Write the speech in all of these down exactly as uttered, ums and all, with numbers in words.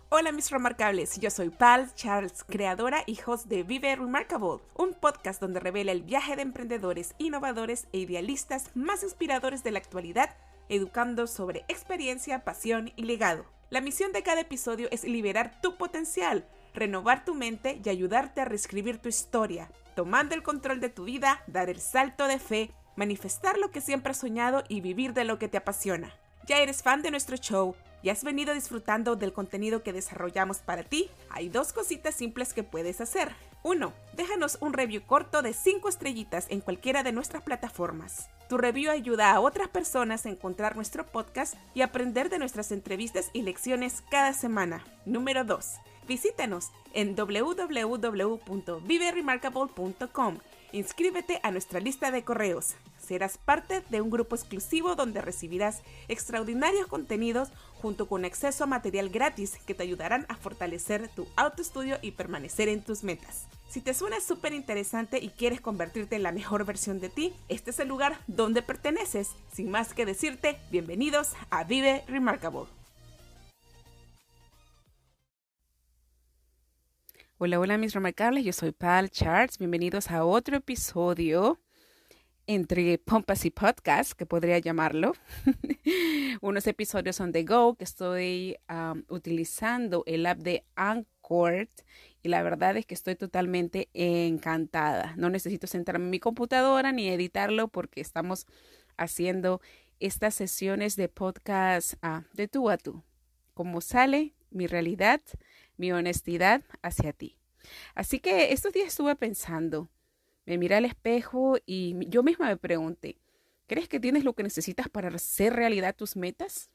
Hola mis remarcables, yo soy Pal Charles, creadora y host de Vive Remarkable, un podcast donde revela el viaje de emprendedores, innovadores e idealistas más inspiradores de la actualidad, educando sobre experiencia, pasión y legado. La misión de cada episodio es liberar tu potencial, renovar tu mente y ayudarte a reescribir tu historia, tomando el control de tu vida, dar el salto de fe, manifestar lo que siempre has soñado y vivir de lo que te apasiona. ¿Ya eres fan de nuestro show? ¿Ya has venido disfrutando del contenido que desarrollamos para ti? Hay dos cositas simples que puedes hacer. Uno, déjanos un review corto de cinco estrellitas en cualquiera de nuestras plataformas. Tu review ayuda a otras personas a encontrar nuestro podcast y aprender de nuestras entrevistas y lecciones cada semana. Número dos, visítanos en w w w punto vive remarkable punto com. Inscríbete a nuestra lista de correos. Serás parte de un grupo exclusivo donde recibirás extraordinarios contenidos junto con acceso a material gratis que te ayudarán a fortalecer tu autoestudio y permanecer en tus metas. Si te suena súper interesante y quieres convertirte en la mejor versión de ti, este es el lugar donde perteneces. Sin más que decirte, bienvenidos a Vive Remarkable. Hola, hola mis remarcables, yo soy Pal Charles, bienvenidos a otro episodio entre pompas y podcast, que podría llamarlo. Unos episodios on the go, que estoy um, utilizando el app de Anchor y la verdad es que estoy totalmente encantada. No necesito sentarme en mi computadora ni editarlo porque estamos haciendo estas sesiones de podcast uh, de tú a tú. Como sale mi realidad, mi honestidad hacia ti. Así que estos días estuve pensando, me miré al espejo y yo misma me pregunté, ¿crees que tienes lo que necesitas para hacer realidad tus metas?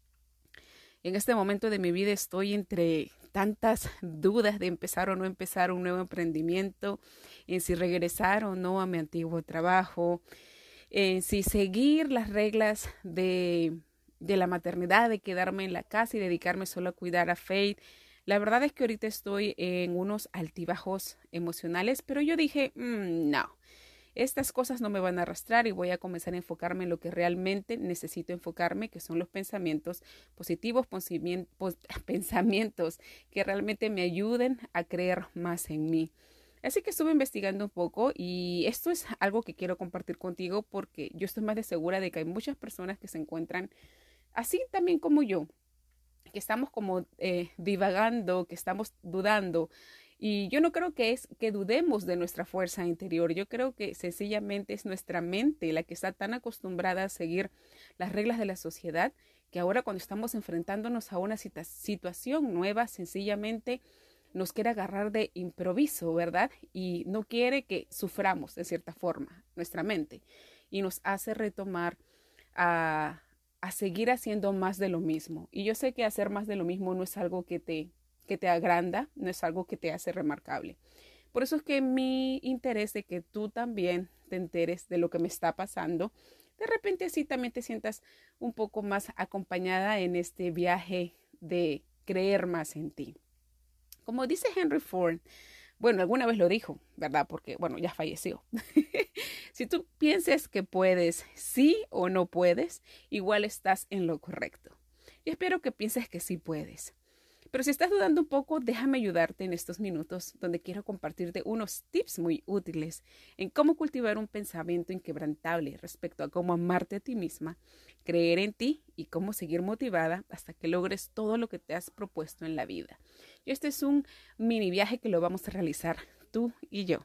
En este momento de mi vida estoy entre tantas dudas de empezar o no empezar un nuevo emprendimiento, en si regresar o no a mi antiguo trabajo, en si seguir las reglas de, de la maternidad, de quedarme en la casa y dedicarme solo a cuidar a Faith. La verdad es que ahorita estoy en unos altibajos emocionales, pero yo dije, mmm, no, estas cosas no me van a arrastrar y voy a comenzar a enfocarme en lo que realmente necesito enfocarme, que son los pensamientos positivos, pensamientos que realmente me ayuden a creer más en mí. Así que estuve investigando un poco y esto es algo que quiero compartir contigo porque yo estoy más de segura de que hay muchas personas que se encuentran así también como yo, que estamos como eh, divagando, que estamos dudando. Y yo no creo que es que dudemos de nuestra fuerza interior. Yo creo que sencillamente es nuestra mente la que está tan acostumbrada a seguir las reglas de la sociedad que ahora cuando estamos enfrentándonos a una situa- situación nueva, sencillamente nos quiere agarrar de improviso, ¿verdad? Y no quiere que suframos de cierta forma nuestra mente y nos hace retomar a... a seguir haciendo más de lo mismo. Y yo sé que hacer más de lo mismo no es algo que te, que te agranda, no es algo que te hace remarcable. Por eso es que mi interés de que tú también te enteres de lo que me está pasando, de repente sí también te sientas un poco más acompañada en este viaje de creer más en ti. Como dice Henry Ford, bueno, alguna vez lo dijo, ¿verdad? Porque, bueno, ya falleció. Si tú piensas que puedes, sí o no puedes, igual estás en lo correcto. Yo espero que pienses que sí puedes. Pero si estás dudando un poco, déjame ayudarte en estos minutos donde quiero compartirte unos tips muy útiles en cómo cultivar un pensamiento inquebrantable respecto a cómo amarte a ti misma, creer en ti y cómo seguir motivada hasta que logres todo lo que te has propuesto en la vida. Y este es un mini viaje que lo vamos a realizar tú y yo.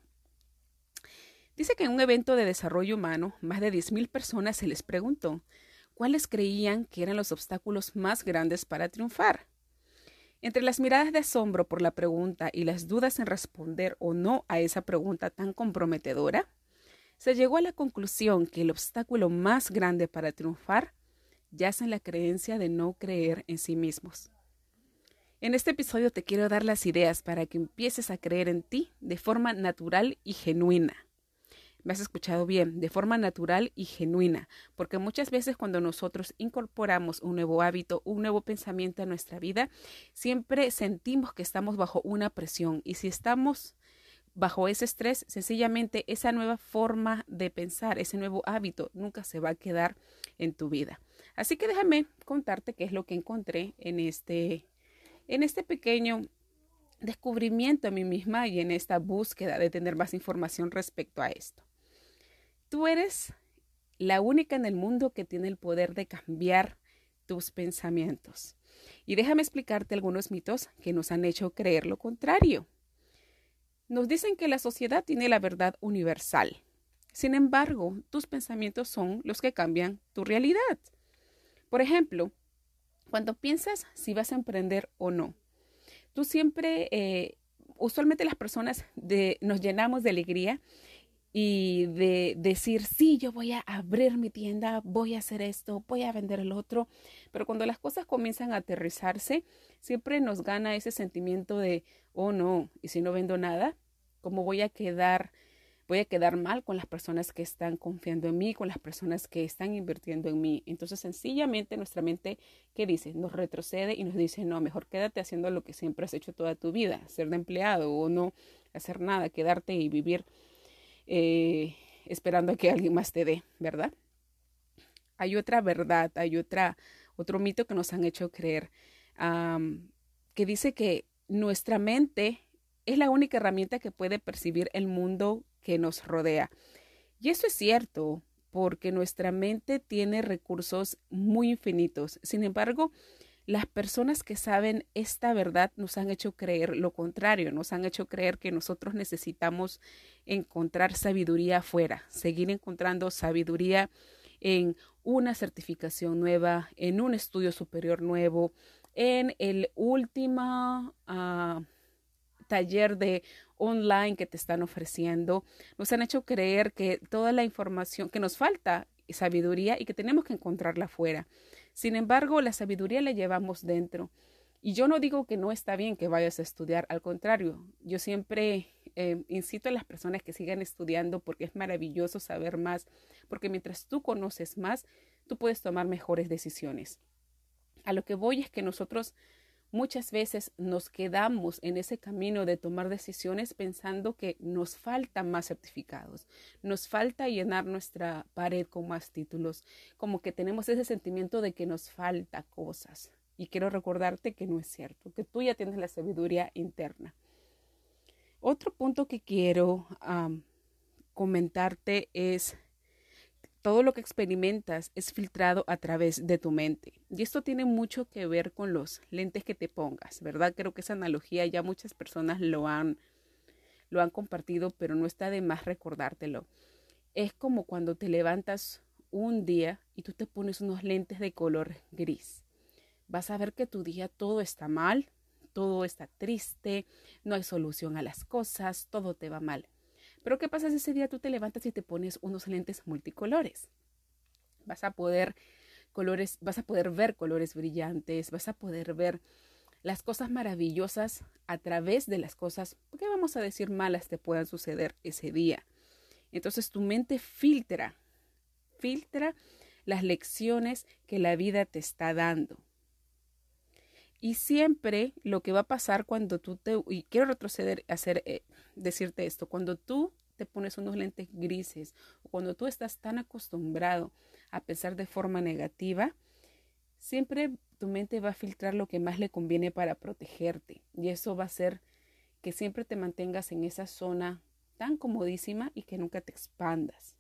Dice que en un evento de desarrollo humano, más de diez mil personas se les preguntó cuáles creían que eran los obstáculos más grandes para triunfar. Entre las miradas de asombro por la pregunta y las dudas en responder o no a esa pregunta tan comprometedora, se llegó a la conclusión que el obstáculo más grande para triunfar yace en la creencia de no creer en sí mismos. En este episodio te quiero dar las ideas para que empieces a creer en ti de forma natural y genuina. Me has escuchado bien, de forma natural y genuina, porque muchas veces cuando nosotros incorporamos un nuevo hábito, un nuevo pensamiento a nuestra vida, siempre sentimos que estamos bajo una presión y si estamos bajo ese estrés, sencillamente esa nueva forma de pensar, ese nuevo hábito nunca se va a quedar en tu vida. Así que déjame contarte qué es lo que encontré en este en este pequeño descubrimiento a mí misma y en esta búsqueda de tener más información respecto a esto. Tú eres la única en el mundo que tiene el poder de cambiar tus pensamientos. Y déjame explicarte algunos mitos que nos han hecho creer lo contrario. Nos dicen que la sociedad tiene la verdad universal. Sin embargo, tus pensamientos son los que cambian tu realidad. Por ejemplo, cuando piensas si vas a emprender o no, tú siempre, eh, usualmente las personas de, nos llenamos de alegría y de decir, sí, yo voy a abrir mi tienda, voy a hacer esto, voy a vender el otro. Pero cuando las cosas comienzan a aterrizarse, siempre nos gana ese sentimiento de, oh no, y si no vendo nada, ¿cómo voy a quedar? Voy a quedar mal con las personas que están confiando en mí, con las personas que están invirtiendo en mí. Entonces, sencillamente nuestra mente, ¿qué dice? Nos retrocede y nos dice, no, mejor quédate haciendo lo que siempre has hecho toda tu vida, ser de empleado o no hacer nada, quedarte y vivir eh, esperando a que alguien más te dé, ¿verdad? Hay otra verdad, hay otra, otro mito que nos han hecho creer, um, que dice que nuestra mente es la única herramienta que puede percibir el mundo que nos rodea. Y eso es cierto, porque nuestra mente tiene recursos muy infinitos. Sin embargo, las personas que saben esta verdad nos han hecho creer lo contrario, nos han hecho creer que nosotros necesitamos encontrar sabiduría afuera, seguir encontrando sabiduría en una certificación nueva, en un estudio superior nuevo, en el último uh, taller de online que te están ofreciendo. Nos han hecho creer que toda la información que nos falta sabiduría y que tenemos que encontrarla afuera. Sin embargo, la sabiduría la llevamos dentro. Y yo no digo que no está bien que vayas a estudiar, al contrario, yo siempre eh, incito a las personas que sigan estudiando porque es maravilloso saber más, porque mientras tú conoces más, tú puedes tomar mejores decisiones. A lo que voy es que nosotros muchas veces nos quedamos en ese camino de tomar decisiones pensando que nos faltan más certificados, nos falta llenar nuestra pared con más títulos, como que tenemos ese sentimiento de que nos falta cosas. Y quiero recordarte que no es cierto, que tú ya tienes la sabiduría interna. Otro punto que quiero um, comentarte es todo lo que experimentas es filtrado a través de tu mente. Y esto tiene mucho que ver con los lentes que te pongas, ¿verdad? Creo que esa analogía ya muchas personas lo han, lo han compartido, pero no está de más recordártelo. Es como cuando te levantas un día y tú te pones unos lentes de color gris. Vas a ver que tu día todo está mal, todo está triste, no hay solución a las cosas, todo te va mal. Pero ¿qué pasa si ese día tú te levantas y te pones unos lentes multicolores? Vas a poder colores, vas a poder ver colores brillantes, vas a poder ver las cosas maravillosas a través de las cosas, ¿qué vamos a decir malas te puedan suceder ese día? Entonces tu mente filtra, filtra las lecciones que la vida te está dando. Y siempre lo que va a pasar cuando tú te, y quiero retroceder, hacer, eh, decirte esto, cuando tú te pones unos lentes grises o cuando tú estás tan acostumbrado a pensar de forma negativa, siempre tu mente va a filtrar lo que más le conviene para protegerte. Y eso va a hacer que siempre te mantengas en esa zona tan comodísima y que nunca te expandas.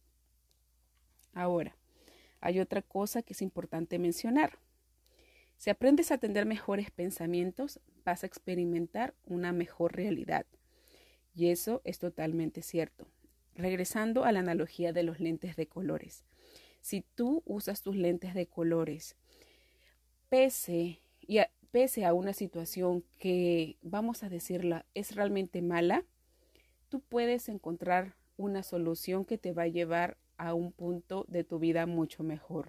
Ahora, hay otra cosa que es importante mencionar. Si aprendes a tener mejores pensamientos, vas a experimentar una mejor realidad. Y eso es totalmente cierto. Regresando a la analogía de los lentes de colores. Si tú usas tus lentes de colores, pese, y a, pese a una situación que, vamos a decirla, es realmente mala, tú puedes encontrar una solución que te va a llevar a un punto de tu vida mucho mejor.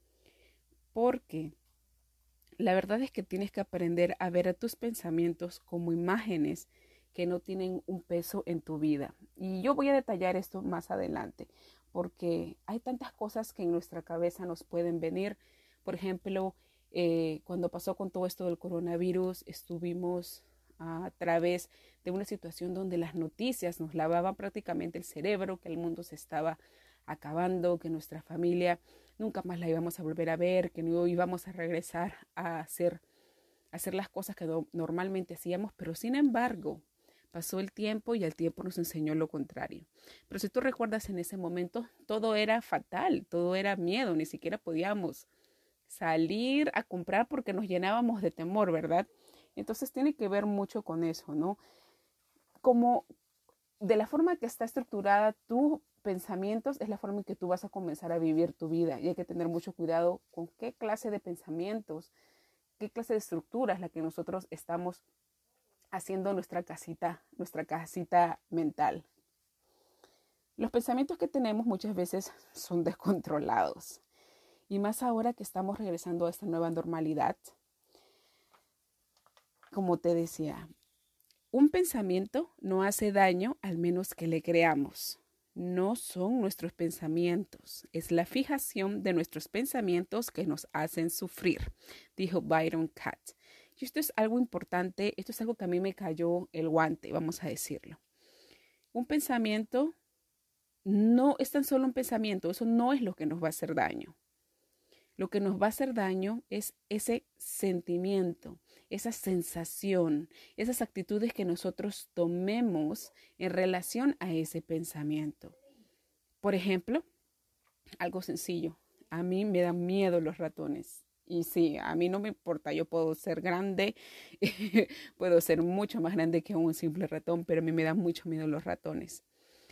Porque la verdad es que tienes que aprender a ver a tus pensamientos como imágenes que no tienen un peso en tu vida. Y yo voy a detallar esto más adelante, porque hay tantas cosas que en nuestra cabeza nos pueden venir. Por ejemplo, eh, cuando pasó con todo esto del coronavirus, estuvimos a través de una situación donde las noticias nos lavaban prácticamente el cerebro, que el mundo se estaba acabando, que nuestra familia nunca más la íbamos a volver a ver, que no íbamos a regresar a ser hacer las cosas que no, normalmente hacíamos, pero sin embargo, pasó el tiempo y el tiempo nos enseñó lo contrario. Pero si tú recuerdas en ese momento, todo era fatal, todo era miedo, ni siquiera podíamos salir a comprar porque nos llenábamos de temor, ¿verdad? Entonces tiene que ver mucho con eso, ¿no? Como de la forma que está estructurada tus pensamientos es la forma en que tú vas a comenzar a vivir tu vida y hay que tener mucho cuidado con qué clase de pensamientos, qué clase de estructura es la que nosotros estamos haciendo nuestra casita, nuestra casita mental. Los pensamientos que tenemos muchas veces son descontrolados. Y más ahora que estamos regresando a esta nueva normalidad, como te decía, un pensamiento no hace daño al menos que le creamos. No son nuestros pensamientos, es la fijación de nuestros pensamientos que nos hacen sufrir, dijo Byron Katt. Y esto es algo importante, esto es algo que a mí me cayó el guante, vamos a decirlo. Un pensamiento no es tan solo un pensamiento, eso no es lo que nos va a hacer daño. Lo que nos va a hacer daño es ese sentimiento, esa sensación, esas actitudes que nosotros tomemos en relación a ese pensamiento. Por ejemplo, algo sencillo, a mí me dan miedo los ratones. Y sí, a mí no me importa, yo puedo ser grande, puedo ser mucho más grande que un simple ratón, pero a mí me dan mucho miedo los ratones.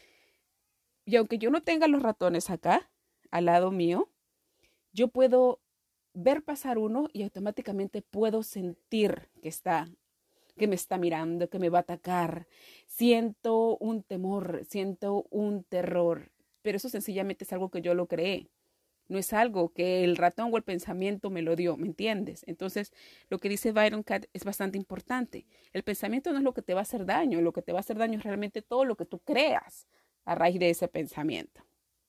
Y aunque yo no tenga los ratones acá, al lado mío, yo puedo ver pasar uno y automáticamente puedo sentir que está, que me está mirando, que me va a atacar. Siento un temor, siento un terror, pero eso sencillamente es algo que yo lo creé. No es algo que el ratón o el pensamiento me lo dio, ¿me entiendes? Entonces, lo que dice Byron Katt es bastante importante. El pensamiento no es lo que te va a hacer daño, lo que te va a hacer daño es realmente todo lo que tú creas a raíz de ese pensamiento.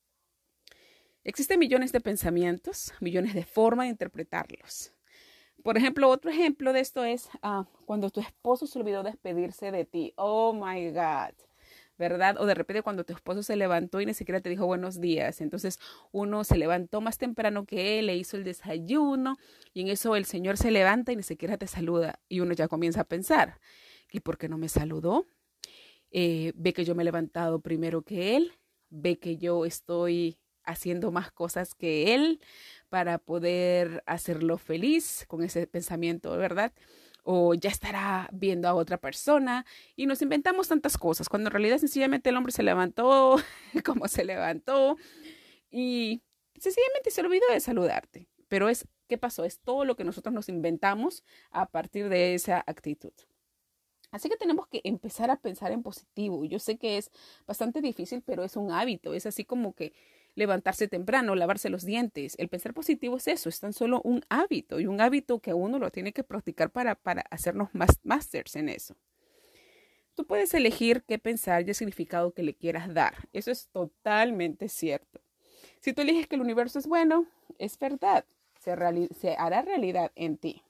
Existen millones de pensamientos, millones de formas de interpretarlos. Por ejemplo, otro ejemplo de esto es uh, cuando tu esposo se olvidó despedirse de ti. Oh my God, ¿verdad? O de repente cuando tu esposo se levantó y ni siquiera te dijo buenos días. Entonces uno se levantó más temprano que él, le hizo el desayuno y en eso el señor se levanta y ni siquiera te saluda. Y uno ya comienza a pensar, ¿y por qué no me saludó? Eh, ve que yo me he levantado primero que él, ve que yo estoy haciendo más cosas que él para poder hacerlo feliz con ese pensamiento, ¿verdad? O ya estará viendo a otra persona y nos inventamos tantas cosas, cuando en realidad sencillamente el hombre se levantó como se levantó y sencillamente se olvidó de saludarte. Pero es, ¿qué pasó? Es todo lo que nosotros nos inventamos a partir de esa actitud. Así que tenemos que empezar a pensar en positivo. Yo sé que es bastante difícil, pero es un hábito. Es así como que levantarse temprano, lavarse los dientes. El pensar positivo es eso, es tan solo un hábito y un hábito que uno lo tiene que practicar para, para hacernos más masters en eso. Tú puedes elegir qué pensar y el significado que le quieras dar. Eso es totalmente cierto. Si tú eliges que el universo es bueno, es verdad, se, reali- se hará realidad en ti.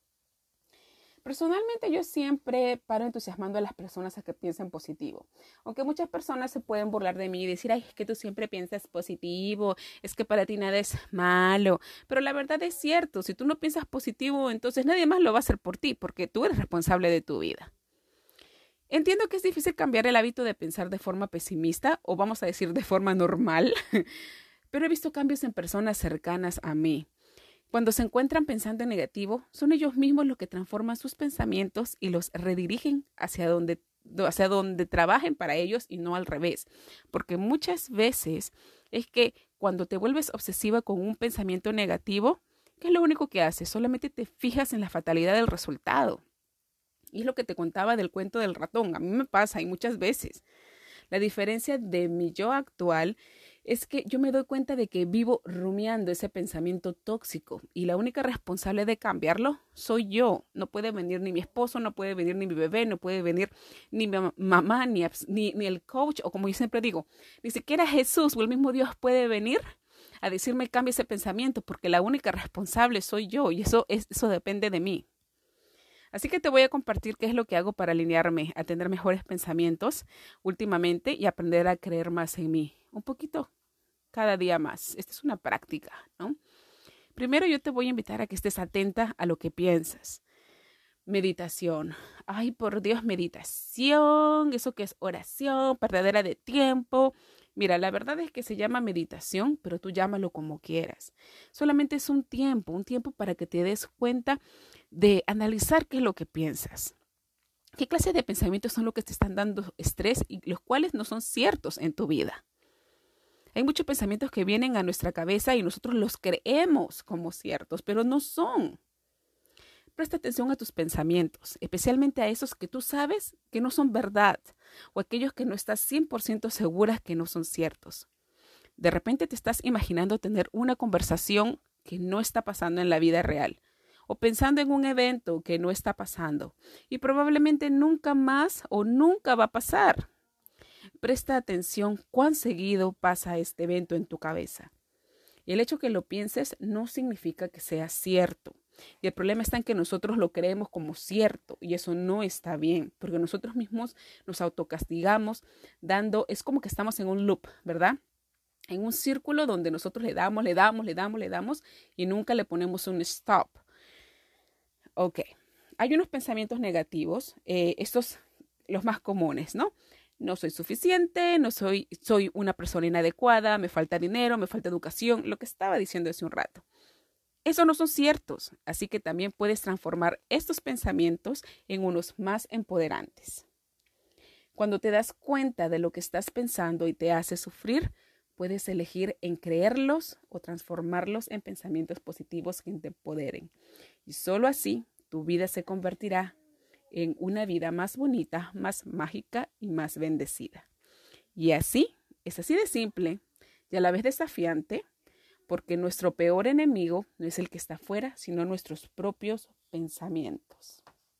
Personalmente yo siempre paro entusiasmando a las personas a que piensen positivo. Aunque muchas personas se pueden burlar de mí y decir, ay, es que tú siempre piensas positivo, es que para ti nada es malo. Pero la verdad es cierto, si tú no piensas positivo, entonces nadie más lo va a hacer por ti, porque tú eres responsable de tu vida. Entiendo que es difícil cambiar el hábito de pensar de forma pesimista, o vamos a decir de forma normal, pero he visto cambios en personas cercanas a mí. Cuando se encuentran pensando en negativo, son ellos mismos los que transforman sus pensamientos y los redirigen hacia donde, hacia donde trabajen para ellos y no al revés. Porque muchas veces es que cuando te vuelves obsesiva con un pensamiento negativo, ¿qué es lo único que haces? Solamente te fijas en la fatalidad del resultado. Y es lo que te contaba del cuento del ratón. A mí me pasa y muchas veces. La diferencia de mi yo actual es que yo me doy cuenta de que vivo rumiando ese pensamiento tóxico y la única responsable de cambiarlo soy yo. No puede venir ni mi esposo, no puede venir ni mi bebé, no puede venir ni mi mamá, ni, ni, ni el coach, o como yo siempre digo, ni siquiera Jesús o el mismo Dios puede venir a decirme cambie ese pensamiento, porque la única responsable soy yo y eso, es, eso depende de mí. Así que te voy a compartir qué es lo que hago para alinearme a tener mejores pensamientos últimamente y aprender a creer más en mí. Un poquito cada día más. Esta es una práctica, ¿no? Primero yo te voy a invitar a que estés atenta a lo que piensas. Meditación. Ay, por Dios, meditación. Eso que es oración, perdedera de tiempo. Mira, la verdad es que se llama meditación, pero tú llámalo como quieras. Solamente es un tiempo, un tiempo para que te des cuenta de analizar qué es lo que piensas. ¿Qué clase de pensamientos son los que te están dando estrés y los cuales no son ciertos en tu vida? Hay muchos pensamientos que vienen a nuestra cabeza y nosotros los creemos como ciertos, pero no son. Presta atención a tus pensamientos, especialmente a esos que tú sabes que no son verdad o aquellos que no estás cien por ciento segura que no son ciertos. De repente te estás imaginando tener una conversación que no está pasando en la vida real o pensando en un evento que no está pasando y probablemente nunca más o nunca va a pasar. Presta atención cuán seguido pasa este evento en tu cabeza. Y el hecho que lo pienses no significa que sea cierto. Y el problema está en que nosotros lo creemos como cierto y eso no está bien, porque nosotros mismos nos autocastigamos dando, es como que estamos en un loop, ¿verdad? En un círculo donde nosotros le damos, le damos, le damos, le damos y nunca le ponemos un stop. Ok, hay unos pensamientos negativos, eh, estos los más comunes, ¿no? No soy suficiente, no soy, soy una persona inadecuada, me falta dinero, me falta educación, lo que estaba diciendo hace un rato. Esos no son ciertos, así que también puedes transformar estos pensamientos en unos más empoderantes. Cuando te das cuenta de lo que estás pensando y te hace sufrir, puedes elegir en creerlos o transformarlos en pensamientos positivos que te empoderen. Y solo así tu vida se convertirá en una vida más bonita, más mágica y más bendecida. Y así, es así de simple y a la vez desafiante, porque nuestro peor enemigo no es el que está afuera, sino nuestros propios pensamientos.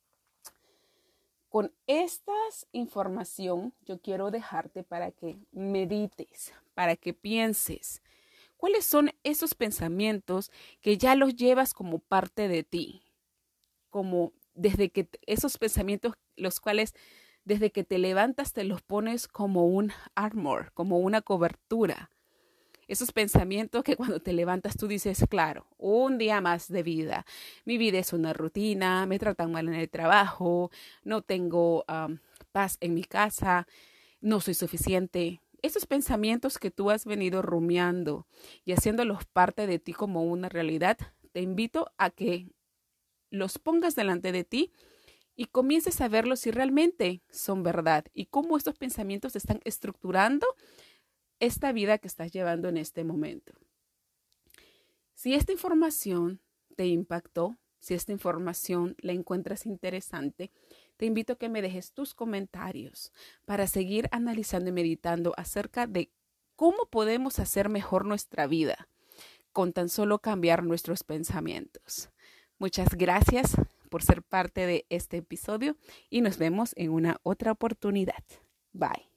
Con esta información yo quiero dejarte para que medites, para que pienses. ¿Cuáles son esos pensamientos que ya los llevas como parte de ti? Como desde que esos pensamientos, los cuales desde que te levantas te los pones como un armor, como una cobertura. Esos pensamientos que cuando te levantas tú dices, claro, un día más de vida. Mi vida es una rutina, me tratan mal en el trabajo, no tengo um, paz en mi casa, no soy suficiente. Esos pensamientos que tú has venido rumiando y haciéndolos parte de ti como una realidad, te invito a que los pongas delante de ti y comiences a verlos si realmente son verdad y cómo estos pensamientos están estructurando esta vida que estás llevando en este momento. Si esta información te impactó, si esta información la encuentras interesante, te invito a que me dejes tus comentarios para seguir analizando y meditando acerca de cómo podemos hacer mejor nuestra vida con tan solo cambiar nuestros pensamientos. Muchas gracias por ser parte de este episodio y nos vemos en una otra oportunidad. Bye.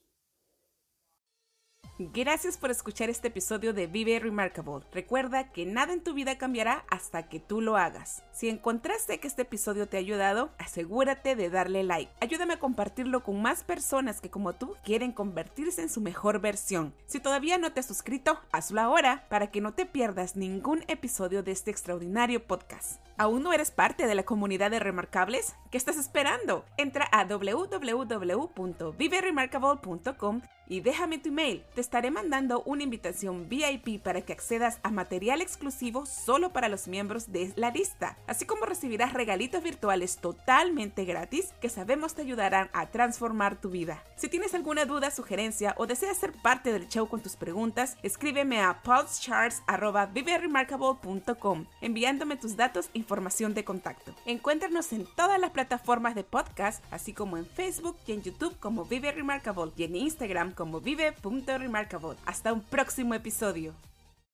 Gracias por escuchar este episodio de Vive Remarkable. Recuerda que nada en tu vida cambiará hasta que tú lo hagas. Si encontraste que este episodio te ha ayudado, asegúrate de darle like. Ayúdame a compartirlo con más personas que como tú quieren convertirse en su mejor versión. Si todavía no te has suscrito, hazlo ahora para que no te pierdas ningún episodio de este extraordinario podcast. ¿Aún no eres parte de la comunidad de Remarkables? ¿Qué estás esperando? Entra a w w w punto vive remarkable punto com y déjame tu email. Te estaré mandando una invitación V I P para que accedas a material exclusivo solo para los miembros de la lista, así como recibirás regalitos virtuales totalmente gratis que sabemos te ayudarán a transformar tu vida. Si tienes alguna duda, sugerencia o deseas ser parte del show con tus preguntas, escríbeme a pulsecharts arroba vive remarkable punto com enviándome tus datos e información de contacto. Encuéntranos en todas las plataformas de podcast, así como en Facebook y en YouTube como Vive Remarkable y en Instagram como vive punto remarkable. Hasta un próximo episodio.